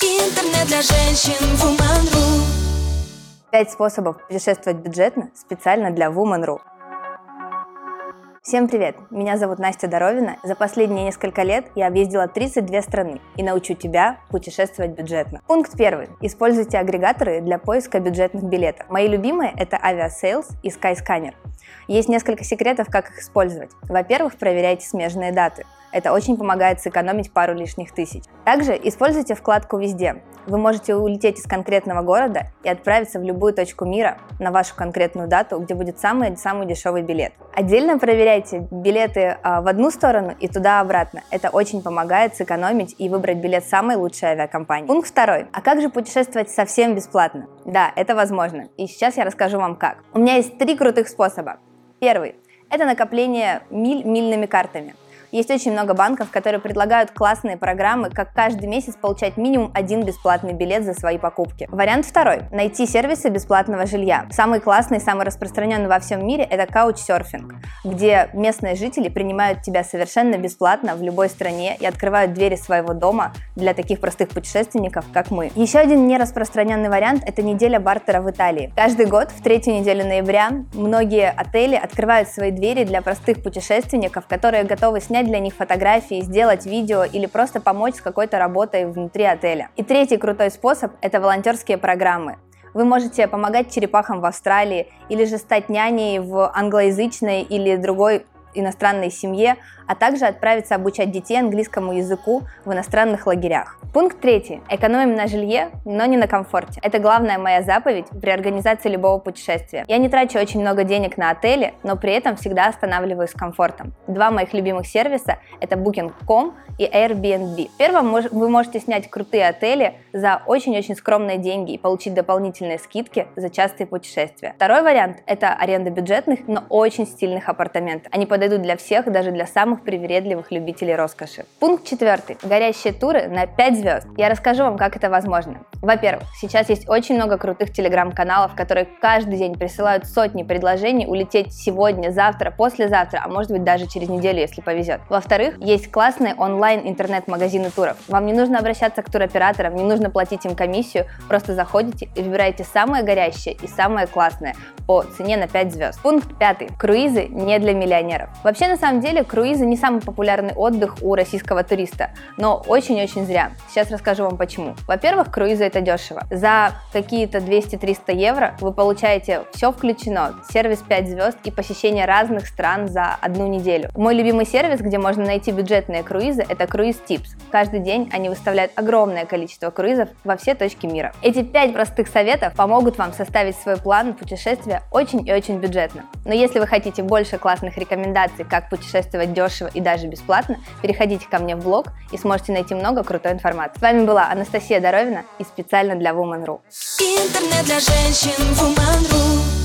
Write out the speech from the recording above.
Интернет для женщин Woman.ru. 5 способов путешествовать бюджетно специально для Woman.ru. Всем привет! Меня зовут Настя Доровина. За последние несколько лет я объездила 32 страны и научу тебя путешествовать бюджетно. Пункт 1. Используйте агрегаторы для поиска бюджетных билетов. Мои любимые – это Aviasales и Skyscanner. Есть несколько секретов, как их использовать. Во-первых, проверяйте смежные даты. Это очень помогает сэкономить пару лишних тысяч. Также используйте вкладку «Везде». Вы можете улететь из конкретного города и отправиться в любую точку мира на вашу конкретную дату, где будет самый дешевый билет. Отдельно проверяйте билеты в одну сторону и туда-обратно. Это очень помогает сэкономить и выбрать билет самой лучшей авиакомпании. Пункт 2. А как же путешествовать совсем бесплатно? Да, это возможно. И сейчас я расскажу вам как. У меня есть 3 крутых способа. Первый – это накопление миль мильными картами. Есть очень много банков, которые предлагают классные программы, как каждый месяц получать минимум 1 бесплатный билет за свои покупки. Вариант 2. Найти сервисы бесплатного жилья. Самый классный, самый распространенный во всем мире – это Couchsurfing, где местные жители принимают тебя совершенно бесплатно в любой стране и открывают двери своего дома для таких простых путешественников, как мы. Еще один нераспространенный вариант – это неделя бартера в Италии. Каждый год в 3-ю неделю ноября многие отели открывают свои двери для простых путешественников, которые готовы снять для них фотографии, сделать видео или просто помочь с какой-то работой внутри отеля. И 3-й крутой способ – это волонтерские программы. Вы можете помогать черепахам в Австралии или же стать няней в англоязычной или другой иностранной семье, а также отправиться обучать детей английскому языку в иностранных лагерях. Пункт 3. Экономим на жилье, но не на комфорте. Это главная моя заповедь при организации любого путешествия. Я не трачу очень много денег на отели, но при этом всегда останавливаюсь с комфортом. 2 моих любимых сервиса – это Booking.com и Airbnb. В первом вы можете снять крутые отели за очень-очень скромные деньги и получить дополнительные скидки за частые путешествия. Второй вариант – это аренда бюджетных, но очень стильных апартаментов. Они подойдут для всех, даже для самых привередливых любителей роскоши. Пункт 4. Горящие туры на 5 звезд. Я расскажу вам, как это возможно. Во-первых, сейчас есть очень много крутых телеграм-каналов, которые каждый день присылают сотни предложений улететь сегодня, завтра, послезавтра, а может быть даже через неделю, если повезет. Во-вторых, есть классные онлайн-интернет-магазины туров. Вам не нужно обращаться к туроператорам, не нужно платить им комиссию, просто заходите и выбираете самое горящее и самое классное по цене на 5 звезд. Пункт 5. Круизы не для миллионеров. Вообще, на самом деле, круизы не самый популярный отдых у российского туриста, но очень-очень зря. Сейчас расскажу вам почему. Во-первых, круизы это дешево. За какие-то 200-300 евро вы получаете все включено, сервис 5 звезд и посещение разных стран за 1 неделю. Мой любимый сервис, где можно найти бюджетные круизы, это Cruise Tips. Каждый день они выставляют огромное количество круизов во все точки мира. Эти 5 простых советов помогут вам составить свой план путешествия очень и очень бюджетно. Но если вы хотите больше классных рекомендаций, как путешествовать дешево и даже бесплатно, переходите ко мне в блог и сможете найти много крутой информации. С вами была Анастасия Доровина и специально для Woman.ru. Интернет для женщин Woman.ru.